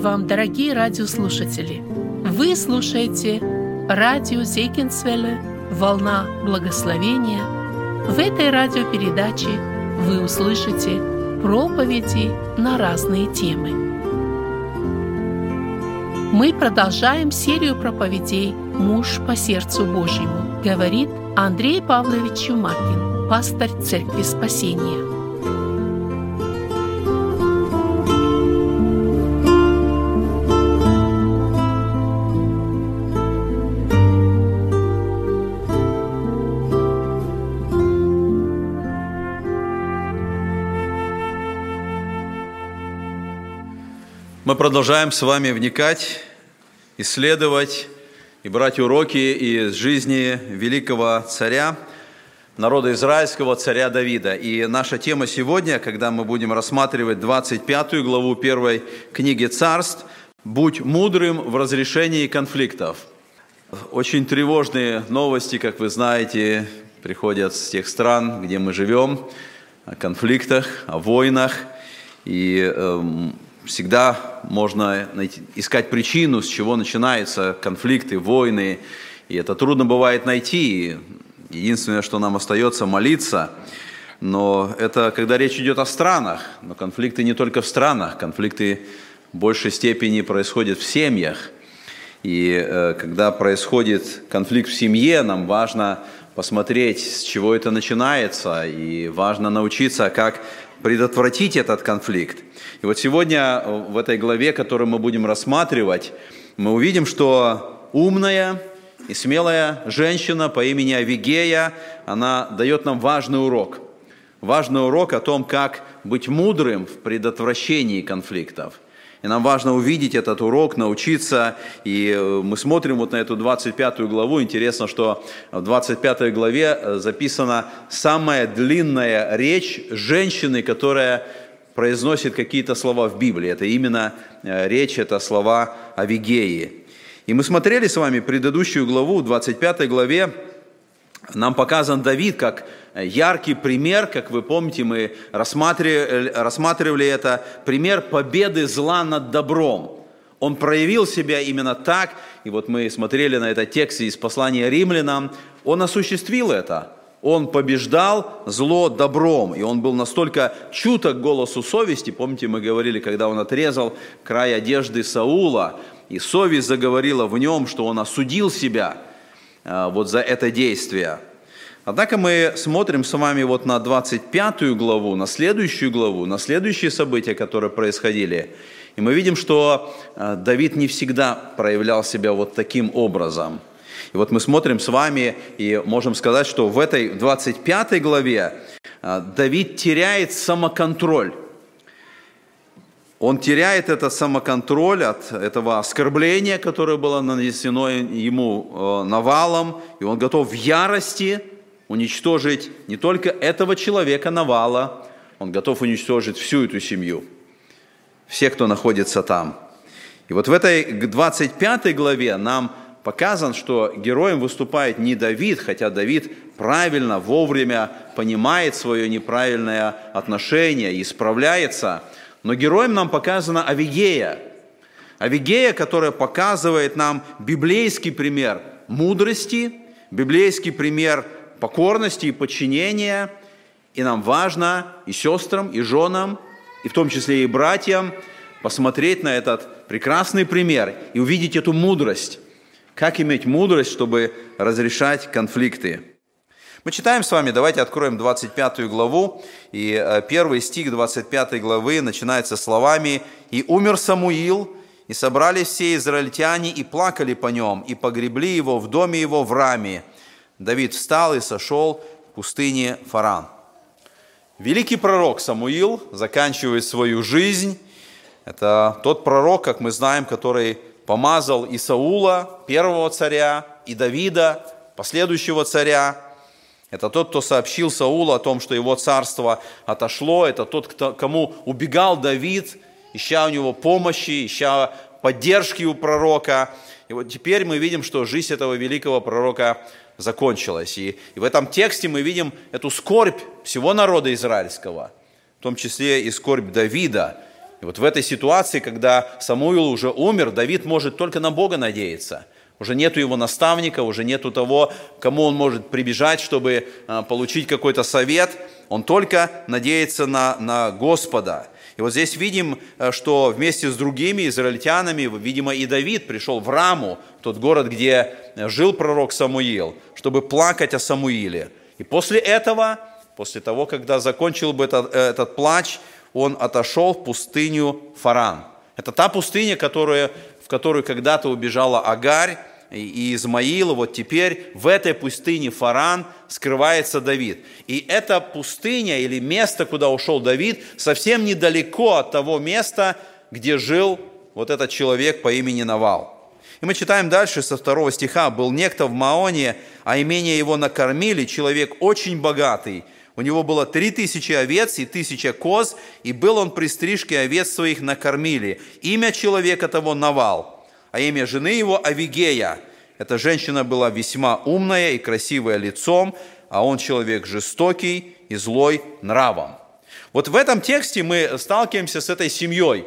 вам, дорогие радиослушатели! Вы слушаете радио Зегенсвелле «Волна благословения». В этой радиопередаче вы услышите проповеди на разные темы. Мы продолжаем серию проповедей «Муж по сердцу Божьему», говорит Андрей Павлович Чумакин, пастырь Церкви Спасения. Мы продолжаем с вами вникать, исследовать и брать уроки из жизни великого царя, народа израильского, царя Давида. И наша тема сегодня, когда мы будем рассматривать 25 главу первой книги Царств, «Будь мудрым в разрешении конфликтов». Очень тревожные новости, как вы знаете, приходят с тех стран, где мы живем, о конфликтах, о войнах. И всегда можно искать причину, с чего начинаются конфликты, войны. И это трудно бывает найти. Единственное, что нам остается, молиться. Но это когда речь идет о странах. Но конфликты не только в странах. Конфликты в большей степени происходят в семьях. И когда происходит конфликт в семье, нам важно посмотреть, с чего это начинается. И важно научиться, как предотвратить этот конфликт. И вот сегодня в этой главе, которую мы будем рассматривать, мы увидим, что умная и смелая женщина по имени Авигея, она дает нам важный урок. Важный урок о том, как быть мудрым в предотвращении конфликтов. И нам важно увидеть этот урок, научиться. И мы смотрим вот на эту 25 главу. Интересно, что в 25 главе записана самая длинная речь женщины, которая произносит какие-то слова в Библии. Это именно речь, это слова Авигеи. И мы смотрели с вами предыдущую главу, в 25 главе нам показан Давид как яркий пример, как вы помните, мы рассматривали это, пример победы зла над добром. Он проявил себя именно так, и вот мы смотрели на этот текст из послания римлянам, он осуществил это. Он побеждал зло добром, и он был настолько чуток к голосу совести. Помните, мы говорили, когда он отрезал край одежды Саула, и совесть заговорила в нем, что он осудил себя вот за это действие. Однако мы смотрим с вами вот на 25 главу, на следующие события, которые происходили, и мы видим, что Давид не всегда проявлял себя вот таким образом. И вот мы смотрим с вами и можем сказать, что в этой 25 главе Давид теряет самоконтроль. Он теряет этот самоконтроль от этого оскорбления, которое было нанесено ему Навалом, и он готов в ярости уничтожить не только этого человека Навала, он готов уничтожить всю эту семью, всех, кто находится там. И вот в этой 25 главе нам показан, что героем выступает не Давид, хотя Давид правильно, вовремя понимает свое неправильное отношение и исправляется, но героем нам показана Авигея. Авигея, которая показывает нам библейский пример мудрости, библейский пример покорности и подчинения. И нам важно и сестрам, и женам, и в том числе и братьям посмотреть на этот прекрасный пример и увидеть эту мудрость. Как иметь мудрость, чтобы разрешать конфликты? Мы читаем с вами, давайте откроем 25 главу, и первый стих 25 главы начинается словами «И умер Самуил, и собрались все израильтяне, и плакали по нем, и погребли его в доме его в Раме. Давид встал и сошел в пустыне Фаран». Великий пророк Самуил заканчивает свою жизнь. Это тот пророк, как мы знаем, который помазал и Саула, первого царя, и Давида, последующего царя. Это тот, кто сообщил Саулу о том, что его царство отошло. Это тот, кому убегал Давид, ища у него помощи, ища поддержки у пророка. И вот теперь мы видим, что жизнь этого великого пророка закончилась. И в этом тексте мы видим эту скорбь всего народа израильского, в том числе и скорбь Давида. И вот в этой ситуации, когда Самуил уже умер, Давид может только на Бога надеяться. Уже нету его наставника, уже нету того, кому он может прибежать, чтобы получить какой-то совет. Он только надеется на Господа. И вот здесь видим, что вместе с другими израильтянами, видимо, и Давид пришел в Раму, тот город, где жил пророк Самуил, чтобы плакать о Самуиле. И после этого, после того, когда закончил бы этот плач, он отошел в пустыню Фаран. Это та пустыня, в которую когда-то убежала Агарь и Измаил. Вот теперь в этой пустыне Фаран скрывается Давид. И эта пустыня или место, куда ушел Давид, совсем недалеко от того места, где жил вот этот человек по имени Навал. И мы читаем дальше со 2 стиха. «Был некто в Маоне, а имение его накормили, человек очень богатый. У него было 3000 овец и 1000 коз, и был он при стрижке овец своих накормили. Имя человека того Навал, а имя жены его Авигея. Эта женщина была весьма умная и красивая лицом, а он человек жестокий и злой нравом». Вот в этом тексте мы сталкиваемся с этой семьей.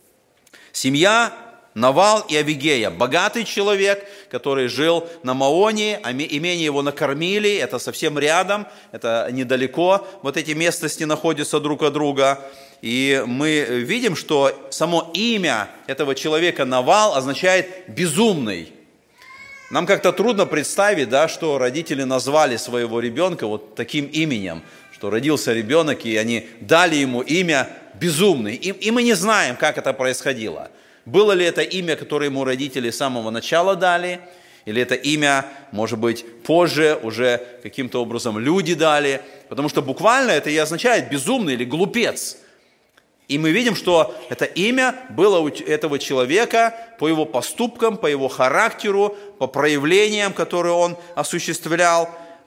Семья Навал и Авигея. Богатый человек, который жил на Маоне, имение его накормили, это совсем рядом, это недалеко, вот эти местности находятся друг от друга. И мы видим, что само имя этого человека Навал означает «безумный». Нам как-то трудно представить, да, что родители назвали своего ребенка вот таким именем, что родился ребенок, и они дали ему имя «безумный». И мы не знаем, как это происходило. Было ли это имя, которое ему родители с самого начала дали, или это имя, может быть, позже уже каким-то образом люди дали, потому что буквально это и означает «безумный» или «глупец». И мы видим, что это имя было у этого человека по его поступкам, по его характеру, по проявлениям, которые он осуществлял.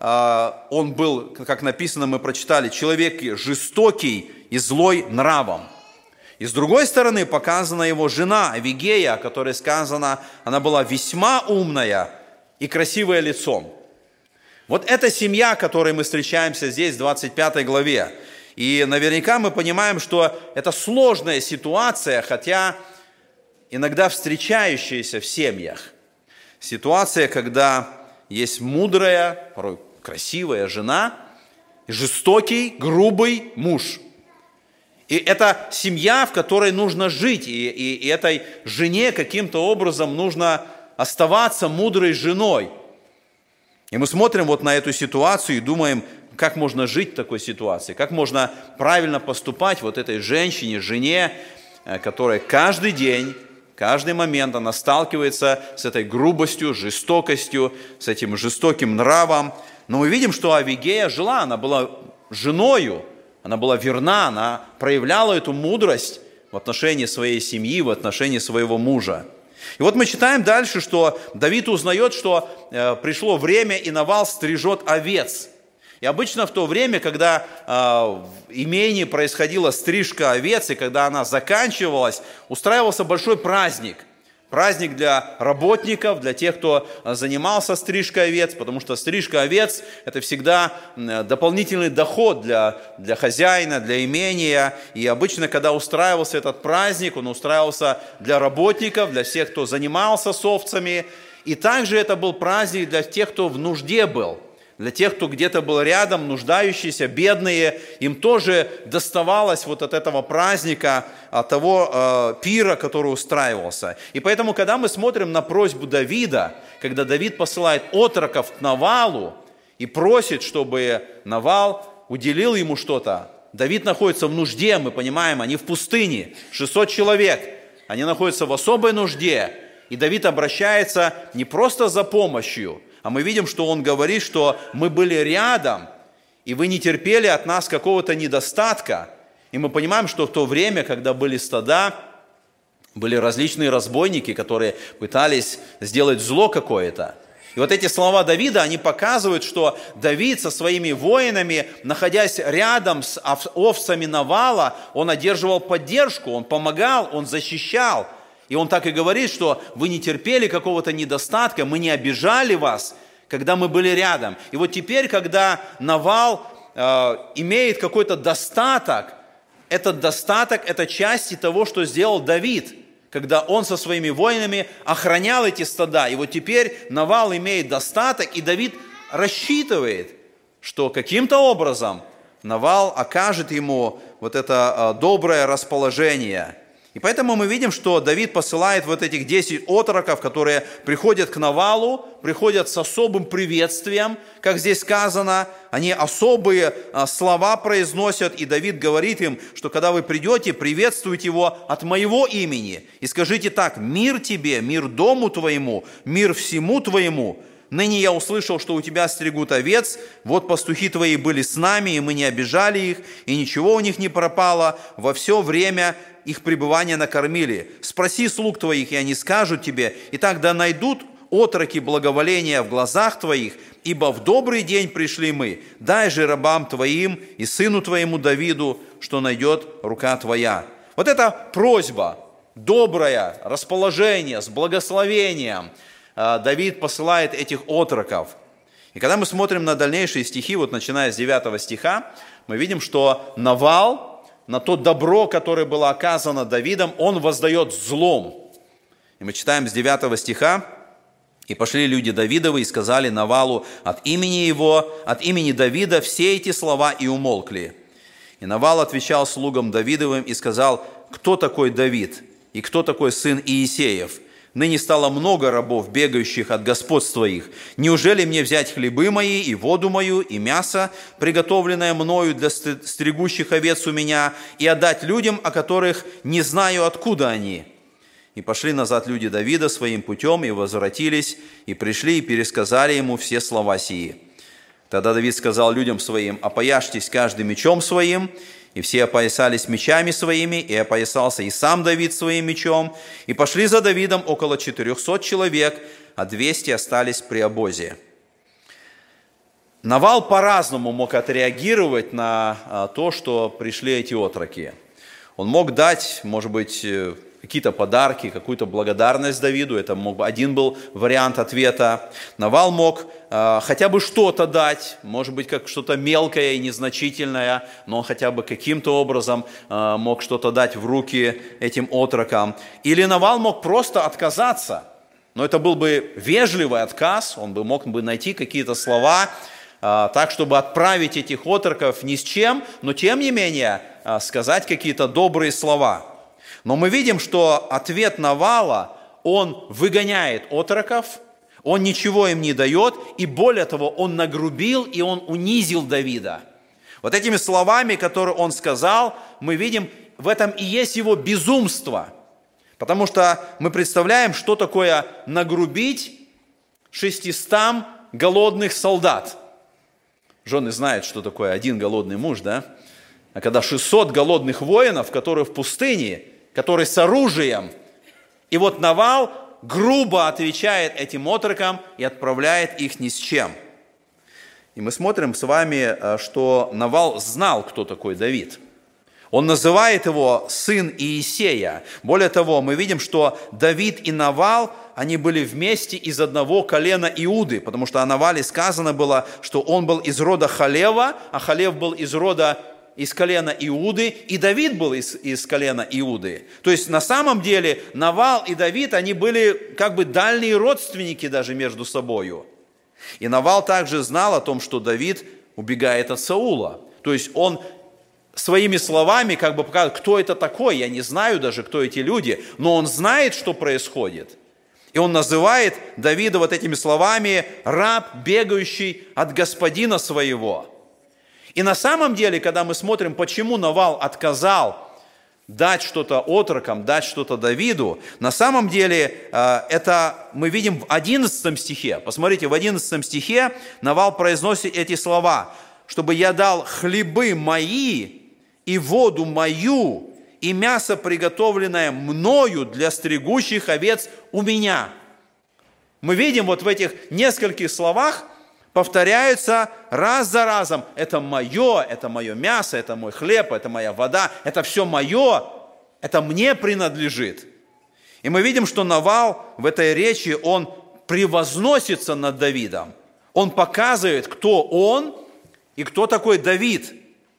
Он был, как написано, мы прочитали, человек жестокий и злой нравом. И с другой стороны показана его жена Авигея, о которой сказано, она была весьма умная и красивая лицом. Вот эта семья, которой мы встречаемся здесь, в 25 главе. И наверняка мы понимаем, что это сложная ситуация, хотя иногда встречающаяся в семьях. Ситуация, когда есть мудрая, порой красивая жена, и жестокий, грубый муж. И это семья, в которой нужно жить, и этой жене каким-то образом нужно оставаться мудрой женой. И мы смотрим вот на эту ситуацию и думаем, как можно жить в такой ситуации, как можно правильно поступать вот этой женщине, жене, которая каждый день, каждый момент она сталкивается с этой грубостью, жестокостью, с этим жестоким нравом. Но мы видим, что Авигея жила, она была женою, она была верна, она проявляла эту мудрость в отношении своей семьи, в отношении своего мужа. И вот мы читаем дальше, что Давид узнает, что пришло время, и Навал стрижет овец. И обычно в то время, когда в имении происходила стрижка овец, и когда она заканчивалась, устраивался большой праздник. Праздник для работников, для тех, кто занимался стрижкой овец, потому что стрижка овец – это всегда дополнительный доход для хозяина, для имения. И обычно, когда устраивался этот праздник, он устраивался для работников, для всех, кто занимался с овцами. И также это был праздник для тех, кто в нужде был. Для тех, кто где-то был рядом, нуждающиеся, бедные, им тоже доставалось вот от этого праздника, от того пира, который устраивался. И поэтому, когда мы смотрим на просьбу Давида, когда Давид посылает отроков к Навалу и просит, чтобы Навал уделил ему что-то, Давид находится в нужде, мы понимаем, они в пустыне, 600 человек, они находятся в особой нужде, и Давид обращается не просто за помощью, а мы видим, что он говорит, что мы были рядом, и вы не терпели от нас какого-то недостатка. И мы понимаем, что в то время, когда были стада, были различные разбойники, которые пытались сделать зло какое-то. И вот эти слова Давида, они показывают, что Давид со своими воинами, находясь рядом с овцами Навала, он одерживал поддержку, он помогал, он защищал. И он так и говорит, что вы не терпели какого-то недостатка, мы не обижали вас, когда мы были рядом. И вот теперь, когда Навал имеет какой-то достаток, Этот достаток – это части того, что сделал Давид, когда он со своими воинами охранял эти стада. И вот теперь Навал имеет достаток, и Давид рассчитывает, что каким-то образом Навал окажет ему вот это доброе расположение. И поэтому мы видим, что Давид посылает вот этих 10 отроков, которые приходят к Навалу, приходят с особым приветствием, как здесь сказано. Они особые слова произносят, и Давид говорит им, что когда вы придете, приветствуйте его от моего имени. И скажите так: мир тебе, мир дому твоему, мир всему твоему. Ныне я услышал, что у тебя стригут овец, вот пастухи твои были с нами, и мы не обижали их, и ничего у них не пропало, во все время их пребывания накормили. Спроси слуг твоих, и они скажут тебе, и тогда найдут отроки благоволения в глазах твоих, ибо в добрый день пришли мы. Дай же рабам твоим и сыну твоему Давиду, что найдет рука твоя». Вот это просьба, доброе расположение с благословением. Давид посылает этих отроков. И когда мы смотрим на дальнейшие стихи, вот начиная с 9 стиха, мы видим, что Навал на то добро, которое было оказано Давидом, он воздает злом. И мы читаем с 9 стиха: «И пошли люди Давидовы и сказали Навалу от имени его, от имени Давида все эти слова и умолкли. И Навал отвечал слугам Давидовым и сказал: кто такой Давид и кто такой сын Иисеев? Ныне стало много рабов, бегающих от господства их. Неужели мне взять хлебы мои, и воду мою, и мясо, приготовленное мною для стригущих овец у меня, и отдать людям, о которых не знаю, откуда они?» И пошли назад люди Давида своим путем, и возвратились, и пришли, и пересказали ему все слова сии. Тогда Давид сказал людям своим: «Опояжьтесь каждый мечом своим». И все опоясались мечами своими, и опоясался и сам Давид своим мечом. И пошли за Давидом около 400 человек, а 200 остались при обозе. Навал по-разному мог отреагировать на то, что пришли эти отроки. Он мог дать, может быть, какие-то подарки, какую-то благодарность Давиду. Это один был вариант ответа. Навал мог хотя бы что-то дать, может быть, как что-то мелкое и незначительное, но он хотя бы каким-то образом мог что-то дать в руки этим отрокам. Или Навал мог просто отказаться, но это был бы вежливый отказ, он мог бы найти какие-то слова, так, чтобы отправить этих отроков ни с чем, но тем не менее сказать какие-то добрые слова. Но мы видим, что ответ Навала, он выгоняет отроков, он ничего им не дает, и более того, он нагрубил и он унизил Давида. Вот этими словами, которые он сказал, мы видим, в этом и есть его безумство. Потому что мы представляем, что такое нагрубить 600 голодных солдат. Жены знают, что такое один голодный муж, да? А когда 600 голодных воинов, которые в пустыне, которые с оружием. И вот Навал грубо отвечает этим отрокам и отправляет их ни с чем. И мы смотрим с вами, что Навал знал, кто такой Давид. Он называет его сын Иисея. Более того, мы видим, что Давид и Навал, они были вместе из одного колена Иуды, потому что о Навале сказано было, что он был из рода Халева, а Халев был из колена Иуды, и Давид был из колена Иуды. То есть на самом деле Навал и Давид, они были как бы дальние родственники даже между собою. И Навал также знал о том, что Давид убегает от Саула. То есть он своими словами как бы показывает, кто это такой, я не знаю даже, кто эти люди, но он знает, что происходит. И он называет Давида вот этими словами: раб, бегающий от господина своего. И на самом деле, когда мы смотрим, почему Навал отказал дать что-то отрокам, дать что-то Давиду, на самом деле это мы видим в 11 стихе. Посмотрите, в 11 стихе Навал произносит эти слова: «Чтобы я дал хлебы мои и воду мою, и мясо, приготовленное мною для стригущих овец у меня». Мы видим вот в этих нескольких словах, повторяются раз за разом: это мое мясо, это мой хлеб, это моя вода, это все мое, это мне принадлежит. И мы видим, что Навал в этой речи, он превозносится над Давидом. Он показывает, кто он и кто такой Давид.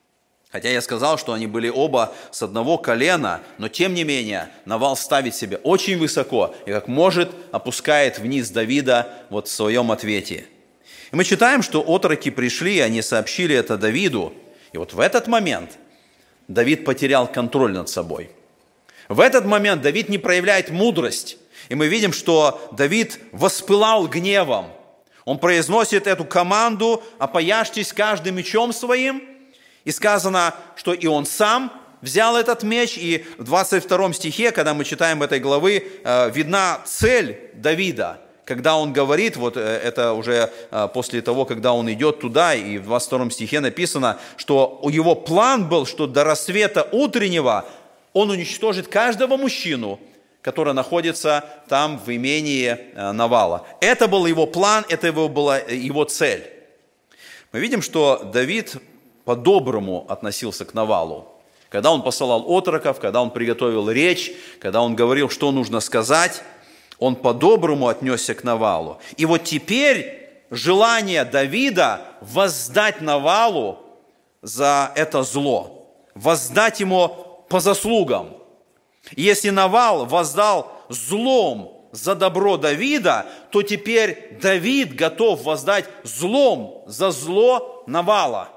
Хотя я сказал, что они были оба с одного колена, но тем не менее Навал ставит себя очень высоко и как может опускает вниз Давида вот в своем ответе. И мы читаем, что отроки пришли, и они сообщили это Давиду. И вот в этот момент Давид потерял контроль над собой. В этот момент Давид не проявляет мудрость. И мы видим, что Давид воспылал гневом. Он произносит эту команду: «Опояжьтесь каждым мечом своим». И сказано, что и он сам взял этот меч. И в 22 стихе, когда мы читаем этой главы, видна цель Давида. Когда он говорит, вот это уже после того, когда он идет туда, и в 22 стихе написано, что его план был, что до рассвета утреннего он уничтожит каждого мужчину, который находится там в имении Навала. Это был его план, это была его цель. Мы видим, что Давид по-доброму относился к Навалу. Когда он посылал отроков, когда он приготовил речь, когда он говорил, что нужно сказать, он по-доброму отнесся к Навалу. И вот теперь желание Давида воздать Навалу за это зло, воздать ему по заслугам. И если Навал воздал злом за добро Давида, то теперь Давид готов воздать злом за зло Навала.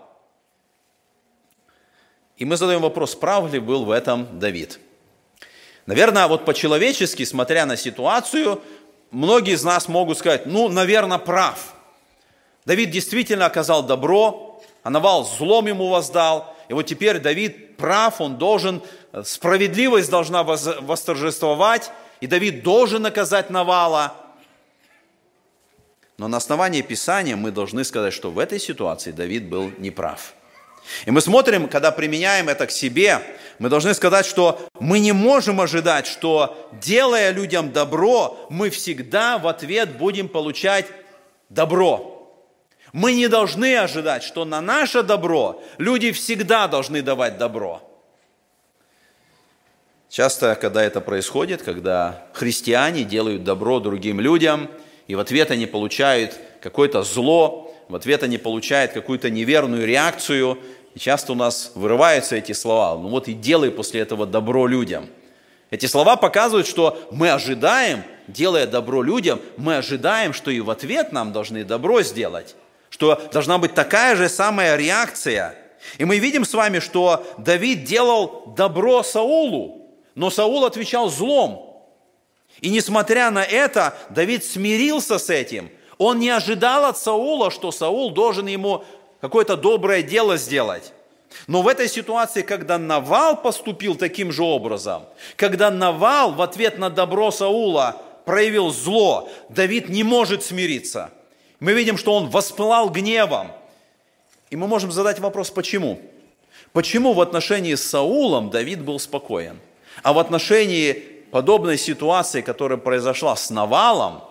И мы задаем вопрос, прав ли был в этом Давид? Наверное, вот по-человечески, смотря на ситуацию, многие из нас могут сказать, наверное, прав. Давид действительно оказал добро, а Навал злом ему воздал. И вот теперь Давид прав, он должен, справедливость должна восторжествовать, и Давид должен наказать Навала. Но на основании Писания мы должны сказать, что в этой ситуации Давид был неправ. И мы смотрим, когда применяем это к себе, мы должны сказать, что мы не можем ожидать, что, делая людям добро, мы всегда в ответ будем получать добро. Мы не должны ожидать, что на наше добро люди всегда должны давать добро. Часто, когда это происходит, когда христиане делают добро другим людям, и в ответ они получают какое-то зло, в ответ они получают какую-то неверную реакцию, и часто у нас вырываются эти слова: и делай после этого добро людям. Эти слова показывают, что мы ожидаем, делая добро людям, мы ожидаем, что и в ответ нам должны добро сделать, что должна быть такая же самая реакция. И мы видим с вами, что Давид делал добро Саулу, но Саул отвечал злом. И несмотря на это, Давид смирился с этим. Он не ожидал от Саула, что Саул должен ему какое-то доброе дело сделать. Но в этой ситуации, когда Навал поступил таким же образом, когда Навал в ответ на добро Саула проявил зло, Давид не может смириться. Мы видим, что он воспылал гневом. И мы можем задать вопрос, почему? Почему в отношении с Саулом Давид был спокоен, а в отношении подобной ситуации, которая произошла с Навалом,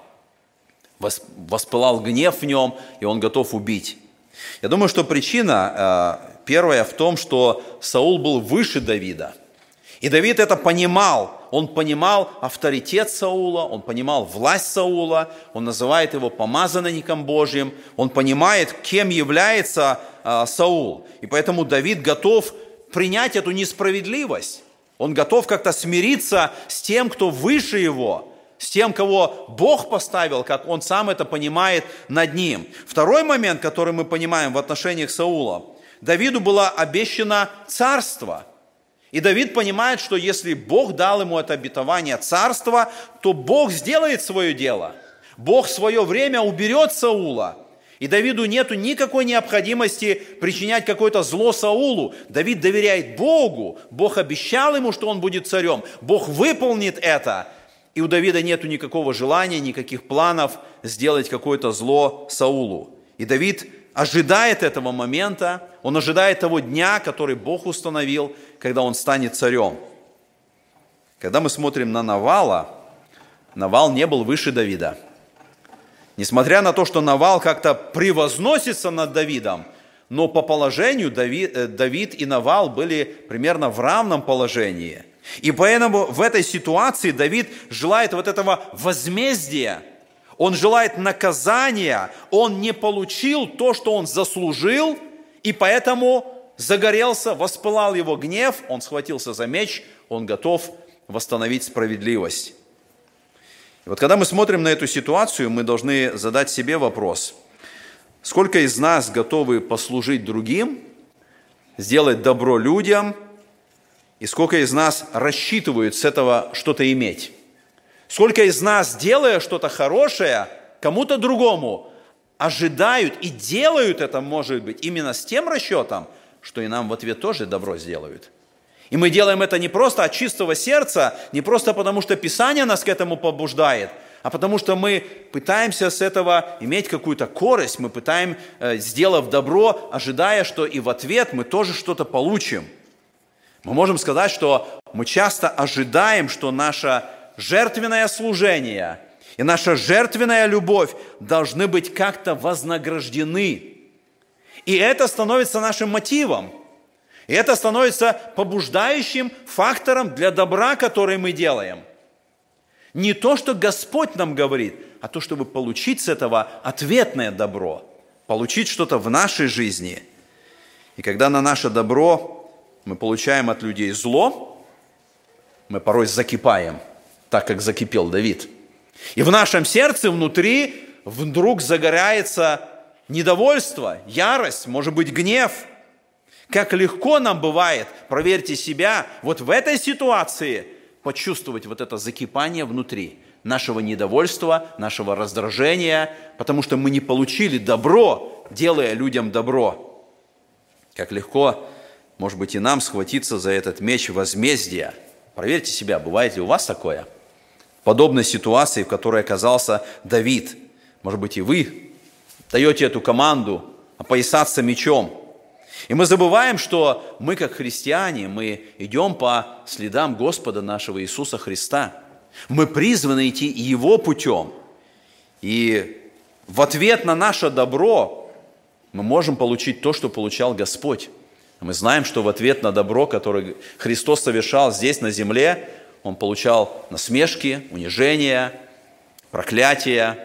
воспылал гнев в нем, и он готов убить? Я думаю, что причина первая в том, что Саул был выше Давида. И Давид это понимал. Он понимал авторитет Саула, он понимал власть Саула, он называет его помазанником Божьим, он понимает, кем является Саул. И поэтому Давид готов принять эту несправедливость. Он готов как-то смириться с тем, кто выше его, с тем, кого Бог поставил, как он сам это понимает, над ним. Второй момент, который мы понимаем в отношениях Саула. Давиду было обещано царство. И Давид понимает, что если Бог дал ему это обетование царства, то Бог сделает свое дело. Бог в свое время уберет Саула. И Давиду нету никакой необходимости причинять какое-то зло Саулу. Давид доверяет Богу. Бог обещал ему, что он будет царем. Бог выполнит это. И у Давида нету никакого желания, никаких планов сделать какое-то зло Саулу. И Давид ожидает этого момента, он ожидает того дня, который Бог установил, когда он станет царем. Когда мы смотрим на Навала, Навал не был выше Давида. Несмотря на то, что Навал как-то превозносится над Давидом, но по положению Давид и Навал были примерно в равном положении. И поэтому в этой ситуации Давид желает вот этого возмездия, он желает наказания, он не получил то, что он заслужил, и поэтому загорелся, воспылал его гнев, он схватился за меч, он готов восстановить справедливость. И вот когда мы смотрим на эту ситуацию, мы должны задать себе вопрос: сколько из нас готовы послужить другим, сделать добро людям, и сколько из нас рассчитывают с этого что-то иметь? Сколько из нас, делая что-то хорошее кому-то другому, ожидают и делают это, может быть, именно с тем расчетом, что и нам в ответ тоже добро сделают. И мы делаем это не просто от чистого сердца, не просто потому, что Писание нас к этому побуждает, а потому что мы пытаемся с этого иметь какую-то корость, мы пытаем, сделав добро, ожидая, что и в ответ мы тоже что-то получим. Мы можем сказать, что мы часто ожидаем, что наше жертвенное служение и наша жертвенная любовь должны быть как-то вознаграждены. И это становится нашим мотивом. И это становится побуждающим фактором для добра, который мы делаем. Не то, что Господь нам говорит, а то, чтобы получить с этого ответное добро, получить что-то в нашей жизни. И когда на наше добро мы получаем от людей зло, мы порой закипаем, так как закипел Давид. И в нашем сердце внутри вдруг загорается недовольство, ярость, может быть, гнев. Как легко нам бывает, проверьте себя, вот в этой ситуации почувствовать вот это закипание внутри нашего недовольства, нашего раздражения, потому что мы не получили добро, делая людям добро. Как легко, может быть, и нам схватиться за этот меч возмездия. Проверьте себя, бывает ли у вас такое? В подобной ситуации, в которой оказался Давид, может быть, и вы даете эту команду опоясаться мечом. И мы забываем, что мы, как христиане, мы идем по следам Господа нашего Иисуса Христа. Мы призваны идти Его путем. И в ответ на наше добро мы можем получить то, что получал Господь. Мы знаем, что в ответ на добро, которое Христос совершал здесь, на земле, Он получал насмешки, унижения, проклятия,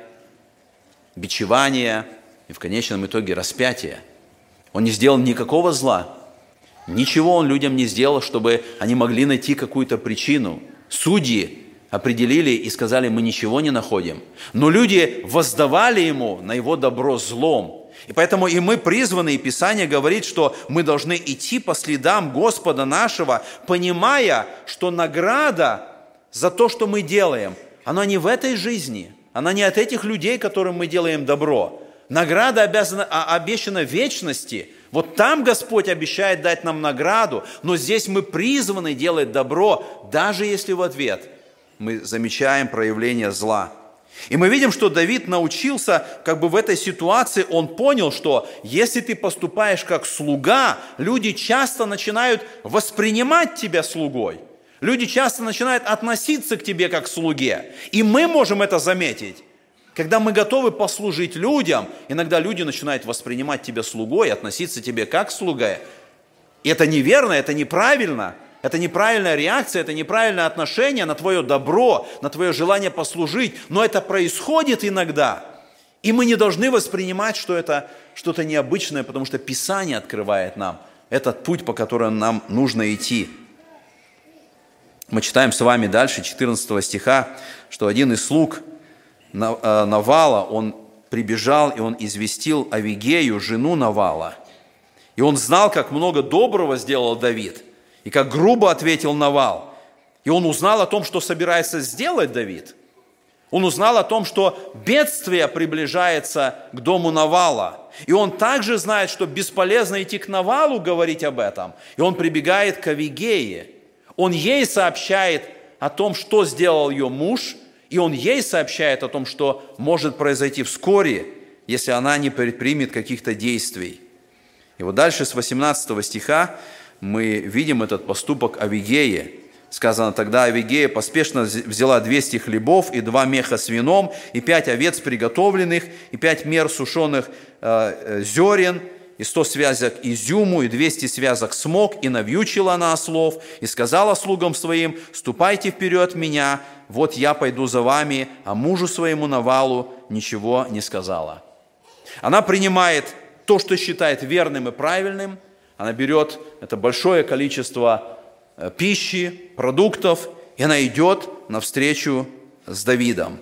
бичевания и в конечном итоге распятие. Он не сделал никакого зла. Ничего он людям не сделал, чтобы они могли найти какую-то причину. Судьи определили и сказали: мы ничего не находим. Но люди воздавали ему на его добро злом. И поэтому и мы призваны, и Писание говорит, что мы должны идти по следам Господа нашего, понимая, что награда за то, что мы делаем, она не в этой жизни, она не от этих людей, которым мы делаем добро. Награда обещана в вечности. Вот там Господь обещает дать нам награду, но здесь мы призваны делать добро, даже если в ответ мы замечаем проявление зла. И мы видим, что Давид научился, в этой ситуации, он понял, что если ты поступаешь как слуга, люди часто начинают воспринимать тебя слугой. Люди часто начинают относиться к тебе как к слуге. И мы можем это заметить. Когда мы готовы послужить людям, иногда люди начинают воспринимать тебя слугой, относиться к тебе как к слуге. И это неверно, это неправильно. Это неправильная реакция, это неправильное отношение на твое добро, на твое желание послужить. Но это происходит иногда. И мы не должны воспринимать, что это что-то необычное, потому что Писание открывает нам этот путь, по которому нам нужно идти. Мы читаем с вами дальше, 14 стиха, что один из слуг Навала, он прибежал, и он известил Авигею, жену Навала. И он знал, как много доброго сделал Давид, и как грубо ответил Навал. И он узнал о том, что собирается сделать Давид. Он узнал о том, что бедствие приближается к дому Навала. И он также знает, что бесполезно идти к Навалу говорить об этом. И он прибегает к Авигее. Он ей сообщает о том, что сделал ее муж, и он ей сообщает о том, что может произойти вскоре, если она не предпримет каких-то действий. И вот дальше с 18 стиха мы видим этот поступок Авигеи. Сказано: тогда Авигея поспешно взяла 200 хлебов и 2 меха с вином, и 5 овец приготовленных, и 5 мер сушеных зерен, и 100 связок изюму, и 200 связок смок, и навьючила она ослов, и сказала слугам своим: ступайте вперед меня, вот я пойду за вами, а мужу своему Навалу ничего не сказала. Она принимает то, что считает верным и правильным, Она берет это большое количество пищи, продуктов, и она идет навстречу с Давидом.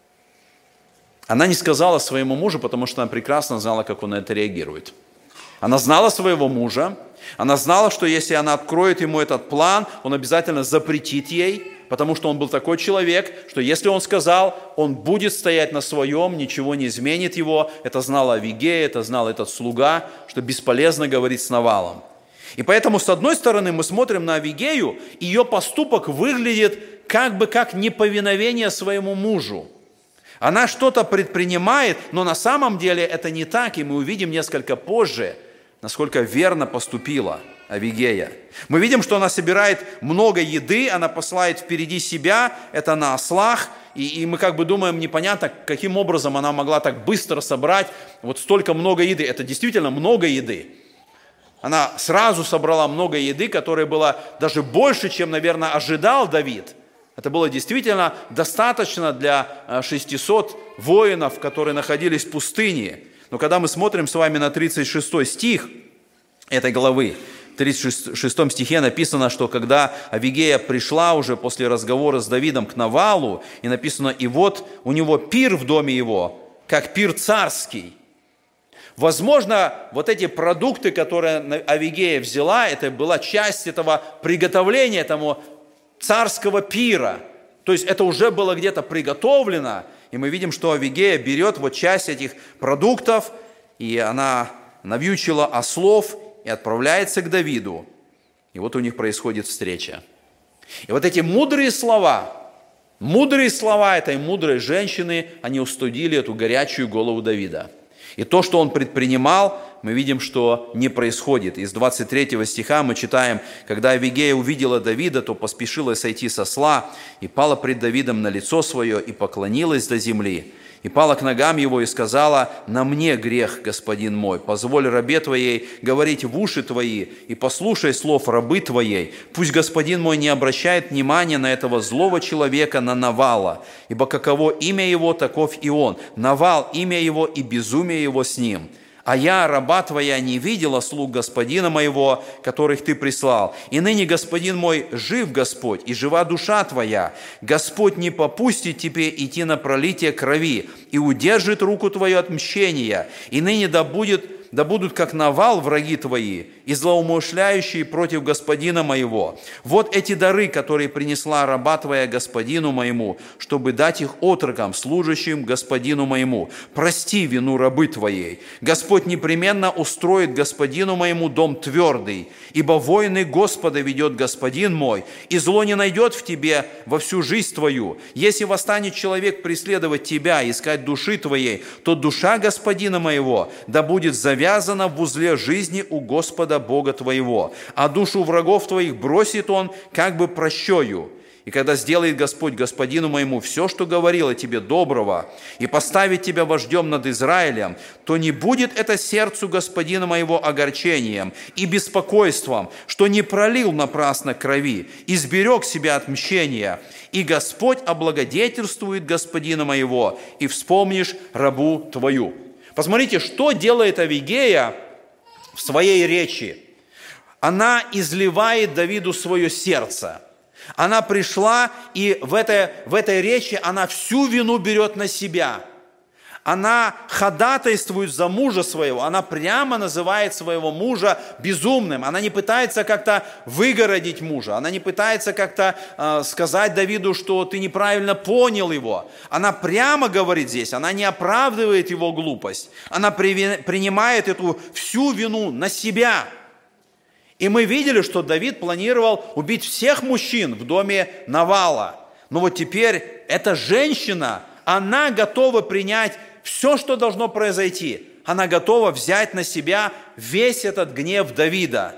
Она не сказала своему мужу, потому что она прекрасно знала, как он на это реагирует. Она знала своего мужа, она знала, что если она откроет ему этот план, он обязательно запретит ей, потому что он был такой человек, что если он сказал, он будет стоять на своем, ничего не изменит его. Это знала Авигея, это знал этот слуга, что бесполезно говорить с Навалом. И поэтому, с одной стороны, мы смотрим на Авигею, ее поступок выглядит как неповиновение своему мужу. Она что-то предпринимает, но на самом деле это не так, и мы увидим несколько позже, насколько верно поступила Авигея. Мы видим, что она собирает много еды, она посылает впереди себя, это на ослах, и мы думаем, непонятно, каким образом она могла так быстро собрать вот столько много еды. Это действительно много еды. Она сразу собрала много еды, которая была даже больше, чем, наверное, ожидал Давид. Это было действительно достаточно для 600 воинов, которые находились в пустыне. Но когда мы смотрим с вами на 36 стих этой главы, в 36 стихе написано, что когда Авигея пришла уже после разговора с Давидом к Навалу, и написано, и вот у него пир в доме его, как пир царский. Возможно, вот эти продукты, которые Авигея взяла, это была часть этого приготовления, этому царского пира. То есть это уже было где-то приготовлено, и мы видим, что Авигея берет вот часть этих продуктов, и она навьючила ослов и отправляется к Давиду. И вот у них происходит встреча. И вот эти мудрые слова этой мудрой женщины, они устудили эту горячую голову Давида. И то, что он предпринимал, мы видим, что не происходит. Из 23 стиха мы читаем, когда Авигея увидела Давида, то поспешила сойти со осла и пала пред Давидом на лицо свое и поклонилась до земли. И пала к ногам его и сказала: «На мне грех, господин мой, позволь рабе твоей говорить в уши твои, и послушай слов рабы твоей. Пусть господин мой не обращает внимания на этого злого человека, на Навала, ибо каково имя его, таков и он. Навал, имя его, и безумие его с ним. А я, раба твоя, не видела слуг господина моего, которых ты прислал. И ныне, господин мой, жив Господь, и жива душа твоя. Господь не попустит тебе идти на пролитие крови, и удержит руку твою от мщения. И ныне да будут как Навал враги твои, и злоумышляющие против господина моего. Вот эти дары, которые принесла раба твоя господину моему, чтобы дать их отрокам, служащим господину моему. Прости вину рабы твоей. Господь непременно устроит господину моему дом твердый, ибо войны Господа ведет господин мой, и зло не найдет в тебе во всю жизнь твою. Если восстанет человек преследовать тебя, искать души твоей, то душа господина моего да будет завязана в узле жизни у Господа Бога твоего, а душу врагов твоих бросит он как бы прощою. И когда сделает Господь господину моему все, что говорил о тебе доброго, и поставит тебя вождем над Израилем, то не будет это сердцу господина моего огорчением и беспокойством, что не пролил напрасно крови, и сберег себя от мщения. И Господь облагодетельствует господина моего, и вспомнишь рабу твою». Посмотрите, что делает Авигея в своей речи. Она изливает Давиду свое сердце. Она пришла, и в этой речи она всю вину берет на себя. Она ходатайствует за мужа своего, она прямо называет своего мужа безумным. Она не пытается как-то выгородить мужа, она не пытается как-то сказать Давиду, что ты неправильно понял его. Она прямо говорит здесь, она не оправдывает его глупость. Она принимает эту всю вину на себя. И мы видели, что Давид планировал убить всех мужчин в доме Навала. Но вот теперь эта женщина, она готова принять все, что должно произойти. Она готова взять на себя весь этот гнев Давида.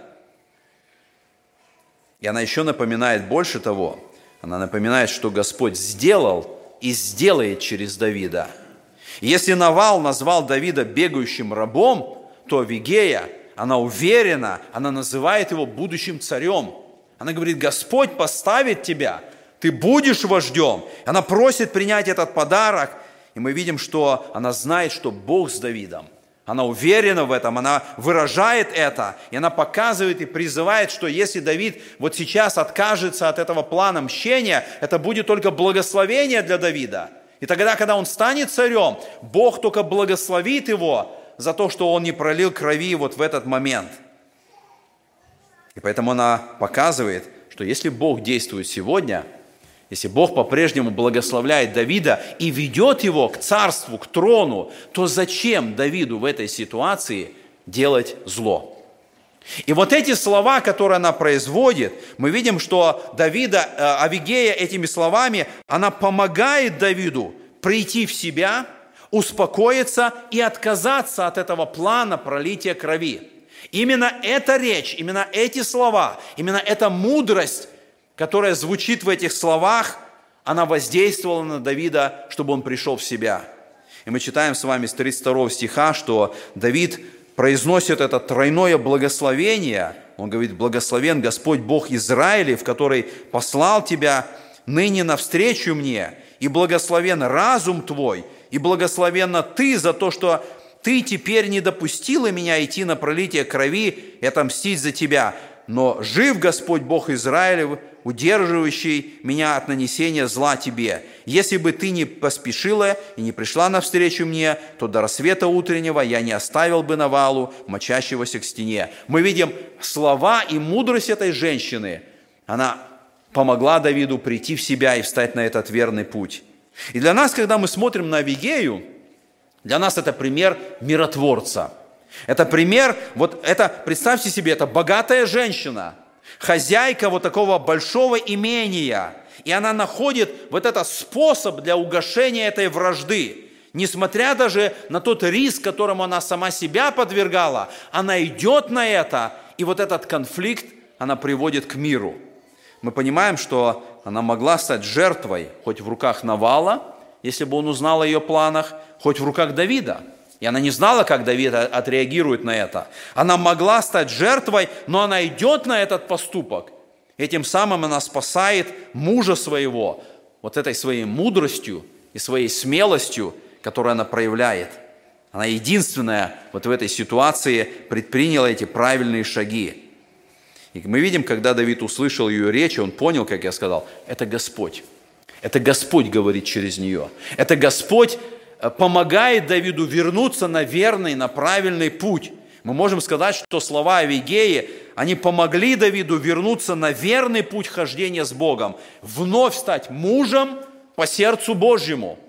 И она еще напоминает больше того. Она напоминает, что Господь сделал и сделает через Давида. Если Навал назвал Давида бегающим рабом, то Авигея, она уверена, она называет его будущим царем. Она говорит: Господь поставит тебя, ты будешь вождем. Она просит принять этот подарок. И мы видим, что она знает, что Бог с Давидом. Она уверена в этом, она выражает это, и она показывает и призывает, что если Давид вот сейчас откажется от этого плана мщения, это будет только благословение для Давида. И тогда, когда он станет царем, Бог только благословит его за то, что он не пролил крови вот в этот момент. И поэтому она показывает, что если Бог действует сегодня, если Бог по-прежнему благословляет Давида и ведет его к царству, к трону, то зачем Давиду в этой ситуации делать зло? И вот эти слова, которые она производит, мы видим, что Авигея этими словами, она помогает Давиду прийти в себя, успокоиться и отказаться от этого плана пролития крови. Именно эта речь, именно эти слова, именно эта мудрость, которая звучит в этих словах, она воздействовала на Давида, чтобы он пришел в себя. И мы читаем с вами с 32 стиха, что Давид произносит это тройное благословение. Он говорит: «Благословен Господь Бог Израилев, который послал тебя ныне навстречу мне, и благословен разум твой, и благословенна ты за то, что ты теперь не допустила меня идти на пролитие крови и отомстить за тебя. Но жив Господь Бог Израилев, удерживающий меня от нанесения зла тебе. Если бы ты не поспешила и не пришла навстречу мне, то до рассвета утреннего я не оставил бы навалу, мочащегося к стене». Мы видим слова и мудрость этой женщины. Она помогла Давиду прийти в себя и встать на этот верный путь. И для нас, когда мы смотрим на Авигею, для нас это пример миротворца. Это пример, представьте себе, это богатая женщина, хозяйка вот такого большого имения, и она находит вот этот способ для угашения этой вражды. Несмотря даже на тот риск, которому она сама себя подвергала, она идет на это, и вот этот конфликт она приводит к миру. Мы понимаем, что она могла стать жертвой хоть в руках Навала, если бы он узнал о ее планах, хоть в руках Давида. И она не знала, как Давид отреагирует на это. Она могла стать жертвой, но она идет на этот поступок. Этим самым она спасает мужа своего, вот этой своей мудростью и своей смелостью, которую она проявляет. Она единственная вот в этой ситуации предприняла эти правильные шаги. И мы видим, когда Давид услышал ее речь, он понял, как я сказал, это Господь. Это Господь говорит через нее. Это Господь помогает Давиду вернуться на верный, на правильный путь. Мы можем сказать, что слова Авигеи, они помогли Давиду вернуться на верный путь хождения с Богом, вновь стать мужем по сердцу Божьему.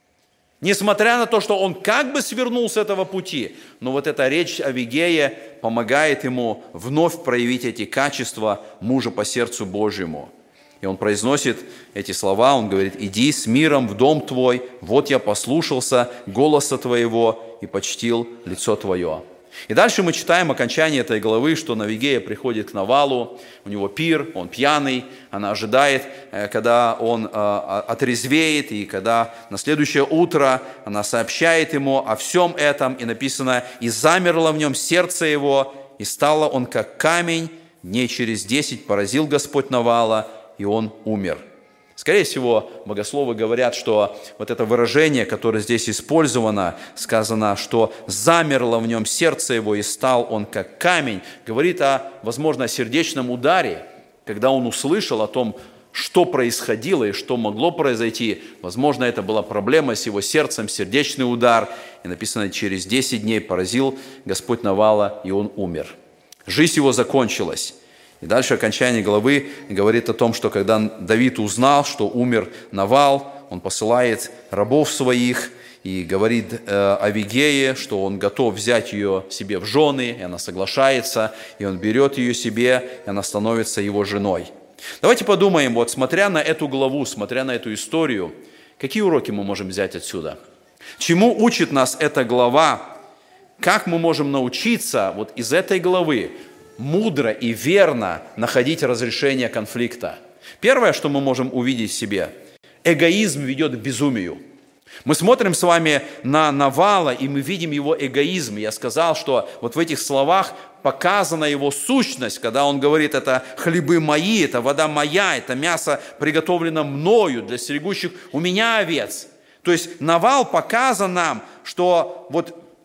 Несмотря на то, что он как бы свернул с этого пути, но вот эта речь Авигея помогает ему вновь проявить эти качества мужа по сердцу Божьему. И он произносит эти слова, он говорит: «Иди с миром в дом твой, вот я послушался голоса твоего и почтил лицо твое». И дальше мы читаем окончание этой главы, что Авигея приходит к Навалу, у него пир, он пьяный, она ожидает, когда он отрезвеет, и когда на следующее утро она сообщает ему о всем этом, и написано: «И замерло в нем сердце его, и стало он как камень, дней через 10 поразил Господь Навала, и он умер». Скорее всего, богословы говорят, что вот это выражение, которое здесь использовано, сказано, что «замерло в нем сердце его, и стал он как камень», говорит возможно, о сердечном ударе, когда он услышал о том, что происходило и что могло произойти. Возможно, это была проблема с его сердцем, сердечный удар. И написано: «Через 10 дней поразил Господь Навала, и он умер». Жизнь его закончилась. И дальше окончание главы говорит о том, что когда Давид узнал, что умер Навал, он посылает рабов своих и говорит Авигее, что он готов взять ее себе в жены, и она соглашается, и он берет ее себе, и она становится его женой. Давайте подумаем, вот смотря на эту главу, смотря на эту историю, какие уроки мы можем взять отсюда? Чему учит нас эта глава? Как мы можем научиться вот из этой главы мудро и верно находить разрешение конфликта? Первое, что мы можем увидеть в себе: эгоизм ведет к безумию. Мы смотрим с вами на Навала, и мы видим его эгоизм. Я сказал, что вот в этих словах показана его сущность, когда он говорит: это хлебы мои, это вода моя, это мясо приготовлено мною для стерегущих у меня овец. То есть Навал показан нам, что вот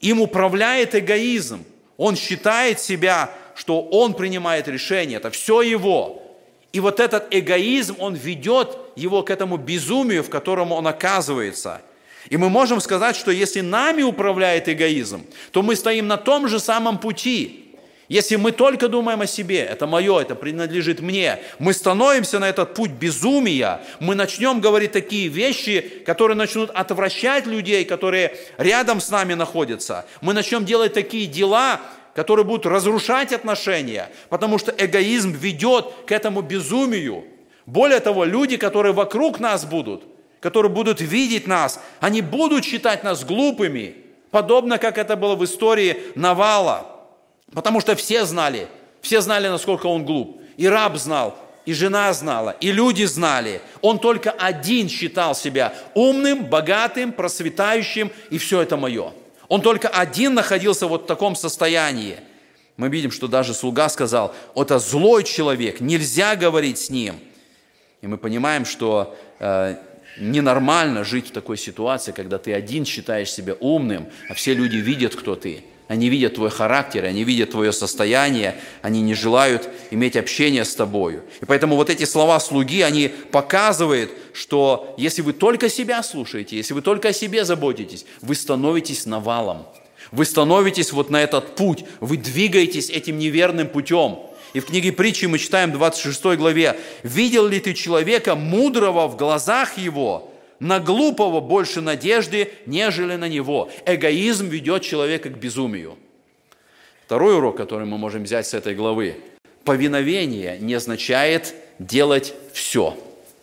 Им управляет эгоизм. Он считает себя, что он принимает решение, это все его. И вот этот эгоизм, он ведет его к этому безумию, в котором он оказывается. И мы можем сказать, что если нами управляет эгоизм, то мы стоим на том же самом пути. Если мы только думаем о себе, это мое, это принадлежит мне, мы становимся на этот путь безумия, мы начнем говорить такие вещи, которые начнут отвращать людей, которые рядом с нами находятся. Мы начнем делать такие дела, которые будут разрушать отношения, потому что эгоизм ведет к этому безумию. Более того, люди, которые вокруг нас будут, которые будут видеть нас, они будут считать нас глупыми, подобно как это было в истории Навала. Потому что все знали, насколько он глуп. И раб знал, и жена знала, и люди знали. Он только один считал себя умным, богатым, процветающим, и все это мое. Он только один находился вот в таком состоянии. Мы видим, что даже слуга сказал, это злой человек, нельзя говорить с ним. И мы понимаем, что ненормально жить в такой ситуации, когда ты один считаешь себя умным, а все люди видят, кто ты. Они видят твой характер, они видят твое состояние, они не желают иметь общение с тобою. И поэтому вот эти слова слуги, они показывают, что если вы только себя слушаете, если вы только о себе заботитесь, вы становитесь навалом. Вы становитесь вот на этот путь, вы двигаетесь этим неверным путем. И в книге Притчи мы читаем в 26 главе, «Видел ли ты человека мудрого в глазах его? На глупого больше надежды, нежели на него». Эгоизм ведет человека к безумию. Второй урок, который мы можем взять с этой главы. Повиновение не означает делать все.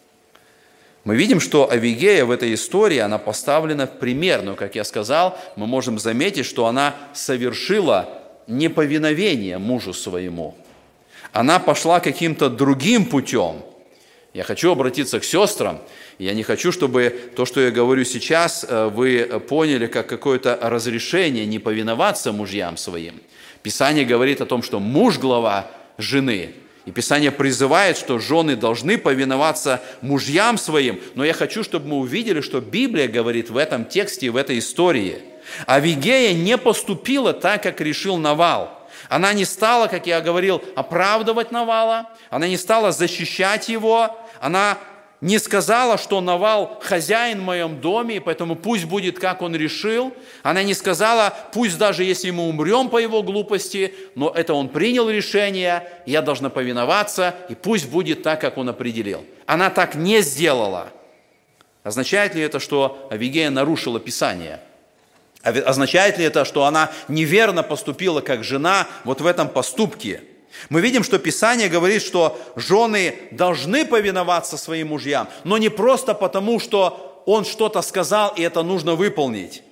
Мы видим, что Авигея в этой истории, она поставлена в пример. Но, как я сказал, мы можем заметить, что она совершила неповиновение мужу своему. Она пошла каким-то другим путем. Я хочу обратиться к сестрам. Я не хочу, чтобы то, что я говорю сейчас, вы поняли как какое-то разрешение не повиноваться мужьям своим. Писание говорит о том, что муж – глава жены. И Писание призывает, что жены должны повиноваться мужьям своим. Но я хочу, чтобы мы увидели, что Библия говорит в этом тексте, в этой истории. Авигея не поступила так, как решил Навал. Она не стала, как я говорил, оправдывать Навала. Она не стала защищать его. Она не сказала, что Навал хозяин в моем доме, и поэтому пусть будет, как он решил. Она не сказала, пусть даже если мы умрем по его глупости, но это он принял решение, я должна повиноваться, и пусть будет так, как он определил. Она так не сделала. Означает ли это, что Авигея нарушила Писание? Означает ли это, что она неверно поступила как жена вот в этом поступке? Мы видим, что Писание говорит, что жены должны повиноваться своим мужьям, но не просто потому, что он что-то сказал, и это нужно выполнить.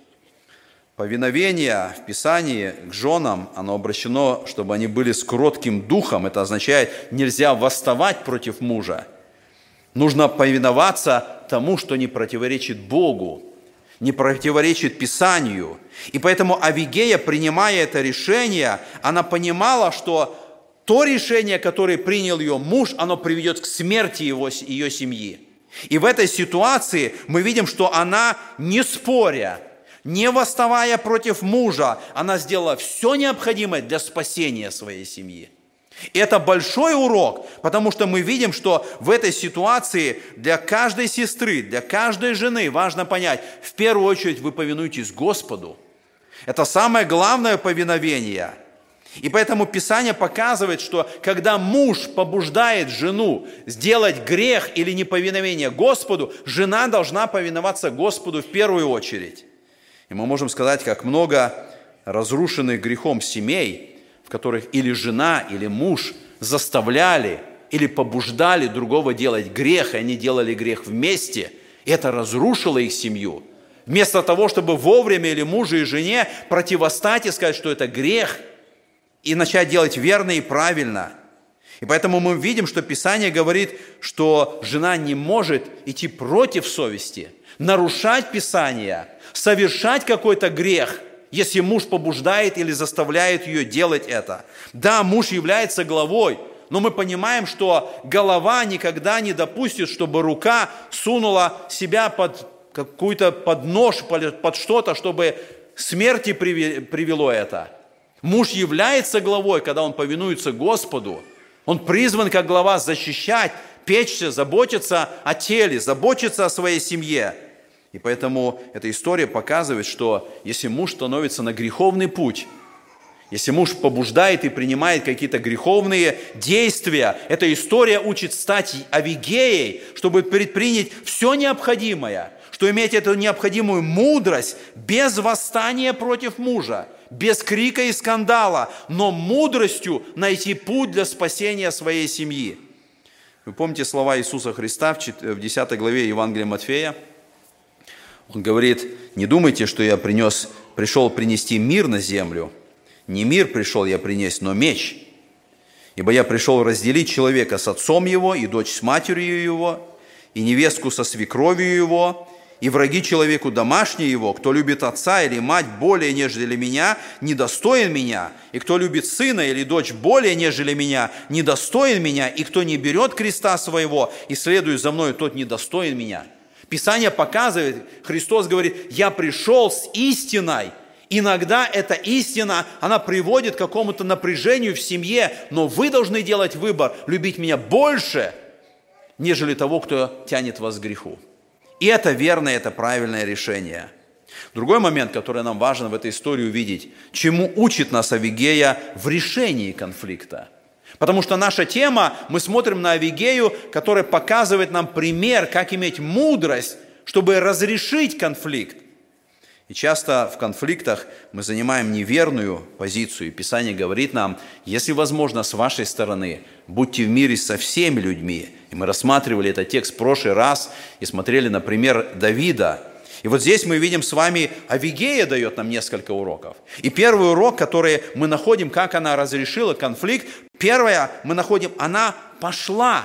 Повиновение в Писании к женам, оно обращено, чтобы они были с кротким духом. Это означает, нельзя восставать против мужа. Нужно повиноваться тому, что не противоречит Богу, не противоречит Писанию. И поэтому Авигея, принимая это решение, она понимала, что то решение, которое принял ее муж, оно приведет к смерти ее семьи. И в этой ситуации мы видим, что она, не споря, не восставая против мужа, она сделала все необходимое для спасения своей семьи. И это большой урок, потому что мы видим, что в этой ситуации для каждой сестры, для каждой жены важно понять, в первую очередь вы повинуетесь Господу. Это самое главное повиновение. И поэтому Писание показывает, что когда муж побуждает жену сделать грех или неповиновение Господу, жена должна повиноваться Господу в первую очередь. И мы можем сказать, как много разрушенных грехом семей, в которых или жена, или муж заставляли или побуждали другого делать грех, и они делали грех вместе, и это разрушило их семью. Вместо того, чтобы вовремя или мужу и жене противостать и сказать, что это грех, и начать делать верно и правильно. И поэтому мы видим, что Писание говорит, что жена не может идти против совести, нарушать Писание, совершать какой-то грех, если муж побуждает или заставляет ее делать это. Да, муж является главой, но мы понимаем, что голова никогда не допустит, чтобы рука сунула себя под какую-то под нож, под что-то, чтобы смерти привело это. Муж является главой, когда он повинуется Господу. Он призван как глава защищать, печься, заботиться о теле, заботиться о своей семье. И поэтому эта история показывает, что если муж становится на греховный путь, если муж побуждает и принимает какие-то греховные действия, эта история учит стать Авигеей, чтобы предпринять все необходимое, что иметь эту необходимую мудрость без восстания против мужа, без крика и скандала, но мудростью найти путь для спасения своей семьи. Вы помните слова Иисуса Христа в 10 главе Евангелия Матфея? Он говорит: «Не думайте, что я пришел принести мир на землю. Не мир пришел я принести, но меч. Ибо я пришел разделить человека с отцом его, и дочь с матерью его, и невестку со свекровью его, и враги человеку домашние его. Кто любит отца или мать более, нежели меня, недостоин меня. И кто любит сына или дочь более, нежели меня, недостоин меня. И кто не берет креста своего и следует за мной, тот недостоин меня». Писание показывает, Христос говорит: «Я пришел с истиной». Иногда эта истина, она приводит к какому-то напряжению в семье, но вы должны делать выбор, любить меня больше, нежели того, кто тянет вас к греху. И это верное, это правильное решение. Другой момент, который нам важно в этой истории увидеть, чему учит нас Авигея в решении конфликта. Потому что наша тема, мы смотрим на Авигею, которая показывает нам пример, как иметь мудрость, чтобы разрешить конфликт. И часто в конфликтах мы занимаем неверную позицию. И Писание говорит нам: если возможно, с вашей стороны, будьте в мире со всеми людьми. И мы рассматривали этот текст в прошлый раз и смотрели на пример Давида. И вот здесь мы видим с вами, Авигея дает нам несколько уроков. И первый урок, который мы находим, как она разрешила конфликт. Первое, мы находим, она пошла.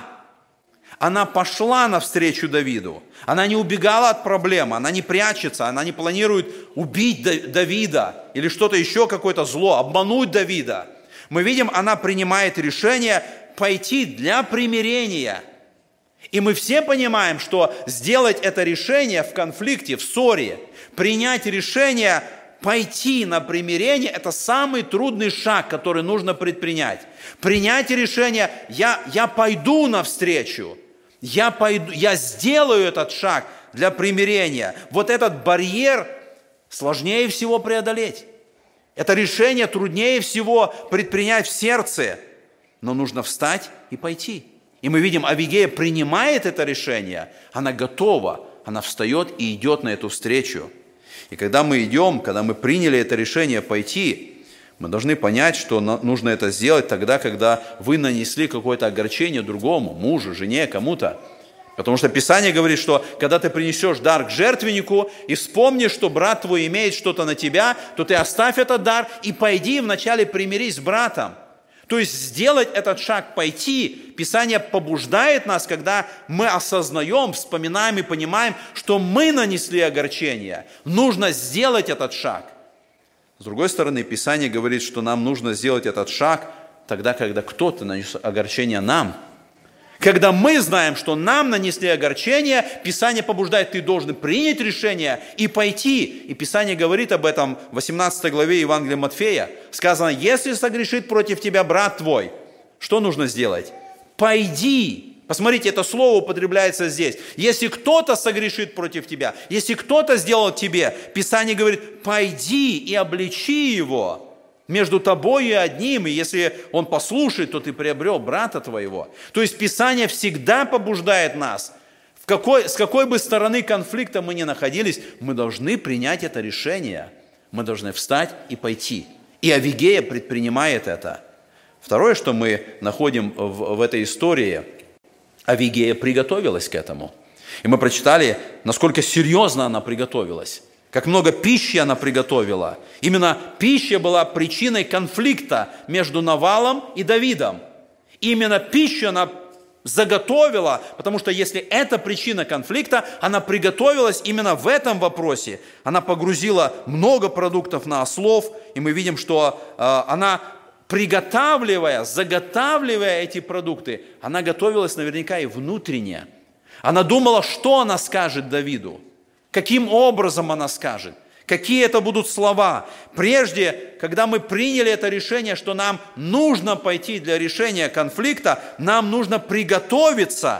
Она пошла навстречу Давиду. Она не убегала от проблемы, она не прячется, она не планирует убить Давида или что-то еще, какое-то зло, обмануть Давида. Мы видим, она принимает решение пойти для примирения. И мы все понимаем, что сделать это решение в конфликте, в ссоре, принять решение пойти на примирение – это самый трудный шаг, который нужно предпринять. Принять решение «я пойду навстречу». Я сделаю этот шаг для примирения. Вот этот барьер сложнее всего преодолеть. Это решение труднее всего предпринять в сердце. Но нужно встать и пойти. И мы видим, Авигея принимает это решение. Она готова. Она встает и идет на эту встречу. И когда мы идем, когда мы приняли это решение пойти, мы должны понять, что нужно это сделать тогда, когда вы нанесли какое-то огорчение другому, мужу, жене, кому-то. Потому что Писание говорит, что когда ты принесешь дар к жертвеннику и вспомнишь, что брат твой имеет что-то на тебя, то ты оставь этот дар и пойди вначале примирись с братом. То есть сделать этот шаг, пойти, Писание побуждает нас, когда мы осознаем, вспоминаем и понимаем, что мы нанесли огорчение. Нужно сделать этот шаг. С другой стороны, Писание говорит, что нам нужно сделать этот шаг тогда, когда кто-то нанес огорчение нам. Когда мы знаем, что нам нанесли огорчение, Писание побуждает, ты должен принять решение и пойти. И Писание говорит об этом в 18 главе Евангелия Матфея. Сказано: если согрешит против тебя брат твой, что нужно сделать? Пойди. Посмотрите, это слово употребляется здесь. Если кто-то согрешит против тебя, если кто-то сделал тебе, Писание говорит: пойди и обличи его между тобой и одним, и если он послушает, то ты приобрел брата твоего. То есть Писание всегда побуждает нас, с какой бы стороны конфликта мы ни находились, мы должны принять это решение. Мы должны встать и пойти. И Авигея предпринимает это. Второе, что мы находим в этой истории, Авигея приготовилась к этому. И мы прочитали, насколько серьезно она приготовилась. Как много пищи она приготовила. Именно пища была причиной конфликта между Навалом и Давидом. Именно пищу она заготовила, потому что если это причина конфликта, она приготовилась именно в этом вопросе. Она погрузила много продуктов на ослов, и мы видим, что она, заготавливая эти продукты, она готовилась наверняка и внутренне. Она думала, что она скажет Давиду, каким образом она скажет, Какие это будут слова? Прежде, когда мы приняли это решение, что нам нужно пойти для решения конфликта, нам нужно приготовиться.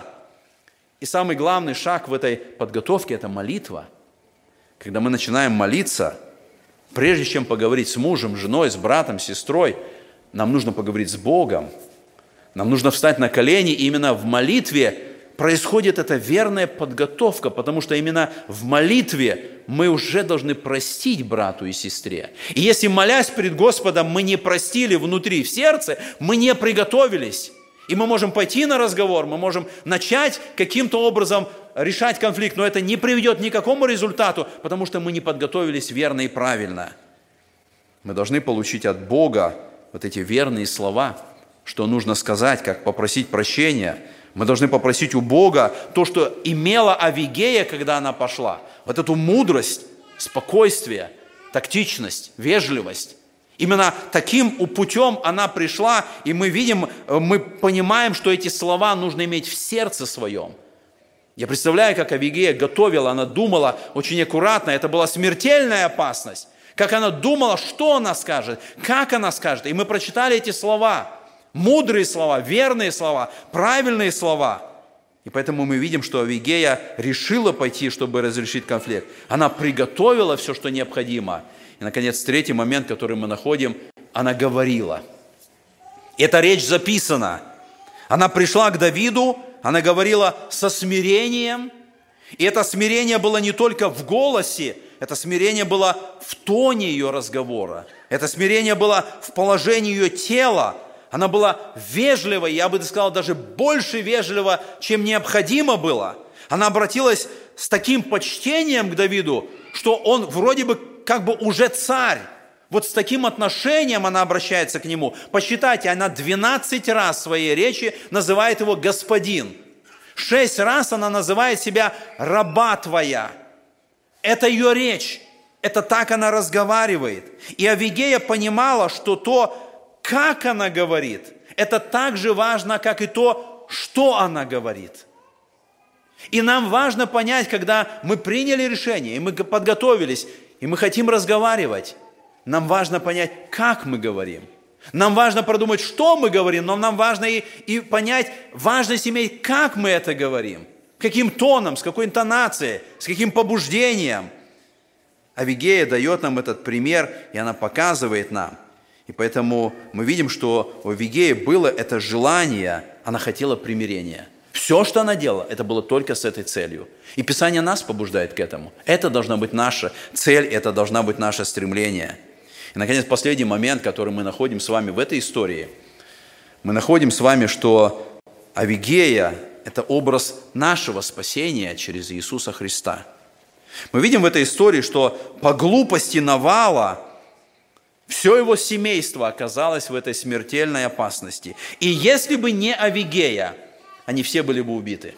И самый главный шаг в этой подготовке – это молитва. Когда мы начинаем молиться, прежде чем поговорить с мужем, женой, с братом, сестрой, нам нужно поговорить с Богом. Нам нужно встать на колени, и именно в молитве происходит эта верная подготовка, потому что именно в молитве мы уже должны простить брату и сестре. И если, молясь перед Господом, мы не простили внутри, в сердце, мы не приготовились. И мы можем пойти на разговор, мы можем начать каким-то образом решать конфликт, но это не приведет ни к какому результату, потому что мы не подготовились верно и правильно. Мы должны получить от Бога вот эти верные слова, что нужно сказать, как попросить прощения. Мы должны попросить у Бога то, что имела Авигея, когда она пошла. Вот эту мудрость, спокойствие, тактичность, вежливость. Именно таким путем она пришла, и мы видим, мы понимаем, что эти слова нужно иметь в сердце своем. Я представляю, как Авигея готовила, она думала очень аккуратно, это была смертельная опасность. Как она думала, что она скажет, как она скажет. И мы прочитали эти слова. Мудрые слова, верные слова, правильные слова. И поэтому мы видим, что Авигея решила пойти, чтобы разрешить конфликт. Она приготовила все, что необходимо. И, наконец, третий момент, который мы находим, она говорила. Эта речь записана. Она пришла к Давиду, она говорила со смирением. И это смирение было не только в голосе, это смирение было в тоне ее разговора. Это смирение было в положении ее тела. Она была вежлива, я бы сказал, даже больше вежлива, чем необходимо было. Она обратилась с таким почтением к Давиду, что он вроде бы как бы уже царь. Вот с таким отношением она обращается к нему. Посчитайте, она 12 раз в своей речи называет его господин. 6 раз она называет себя раба твоя. Это ее речь. Это так она разговаривает. И Авигея понимала, что то, как она говорит, это так же важно, как и то, что она говорит. И нам важно понять, когда мы приняли решение, и мы подготовились, и мы хотим разговаривать, нам важно понять, как мы говорим. Нам важно продумать, что мы говорим, но нам важно и понять, важность иметь, как мы это говорим, каким тоном, с какой интонацией, с каким побуждением. Авигея дает нам этот пример, и она показывает нам. И поэтому мы видим, что у Авигеи было это желание, она хотела примирения. Все, что она делала, это было только с этой целью. И Писание нас побуждает к этому. Это должна быть наша цель, это должна быть наше стремление. И, наконец, последний момент, который мы находим с вами в этой истории. Мы находим с вами, что Авигея – это образ нашего спасения через Иисуса Христа. Мы видим в этой истории, что по глупости Навала все его семейство оказалось в этой смертельной опасности. И если бы не Авигея, они все были бы убиты.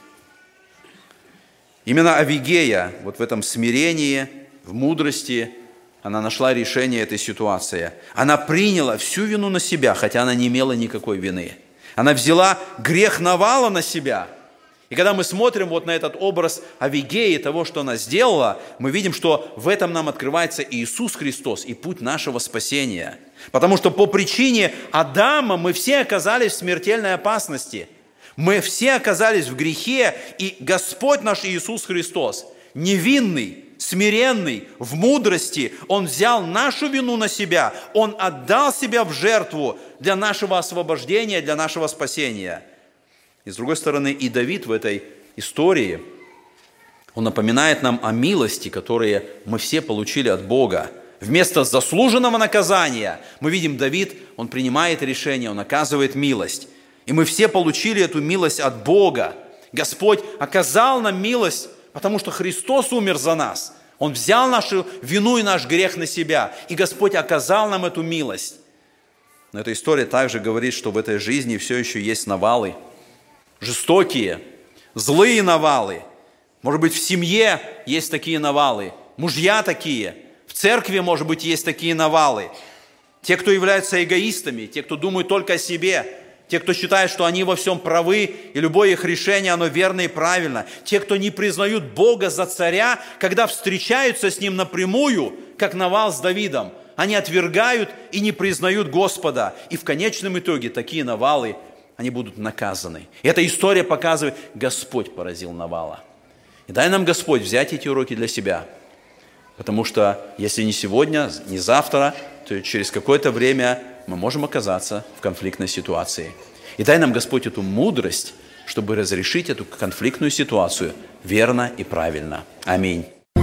Именно Авигея, вот в этом смирении, в мудрости, она нашла решение этой ситуации. Она приняла всю вину на себя, хотя она не имела никакой вины. Она взяла грех Навала на себя. И когда мы смотрим вот на этот образ Авигеи, того, что она сделала, мы видим, что в этом нам открывается Иисус Христос и путь нашего спасения. Потому что по причине Адама мы все оказались в смертельной опасности. Мы все оказались в грехе, и Господь наш Иисус Христос, невинный, смиренный, в мудрости, Он взял нашу вину на себя, Он отдал себя в жертву для нашего освобождения, для нашего спасения. И с другой стороны, и Давид в этой истории, он напоминает нам о милости, которые мы все получили от Бога. Вместо заслуженного наказания мы видим, Давид, он принимает решение, он оказывает милость. И мы все получили эту милость от Бога. Господь оказал нам милость, потому что Христос умер за нас. Он взял нашу вину и наш грех на себя. И Господь оказал нам эту милость. Но эта история также говорит, что в этой жизни все еще есть навалы. Жестокие, злые навалы. Может быть, в семье есть такие навалы. Мужья такие. В церкви, может быть, есть такие навалы. Те, кто являются эгоистами, те, кто думают только о себе. Те, кто считает, что они во всем правы, и любое их решение, оно верно и правильно. Те, кто не признают Бога за царя, когда встречаются с Ним напрямую, как Навал с Давидом. Они отвергают и не признают Господа. И в конечном итоге такие Навалы, они будут наказаны. И эта история показывает, Господь поразил Навала. И дай нам, Господь, взять эти уроки для себя. Потому что если не сегодня, не завтра, то через какое-то время мы можем оказаться в конфликтной ситуации. И дай нам, Господь, эту мудрость, чтобы разрешить эту конфликтную ситуацию верно и правильно. Аминь.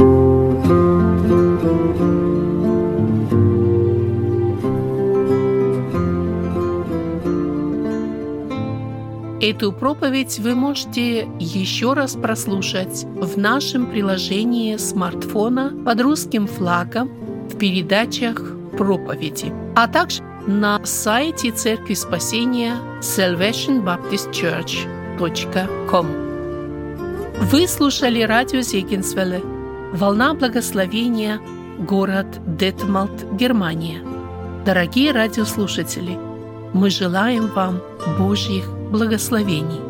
Эту проповедь вы можете еще раз прослушать в нашем приложении смартфона под русским флагом в передачах проповеди, а также на сайте Церкви Спасения salvationbaptistchurch.com. Вы слушали радио Зегенсвелле, «Волна благословения», город Детмалт, Германия. Дорогие радиослушатели, мы желаем вам Божьих благословений.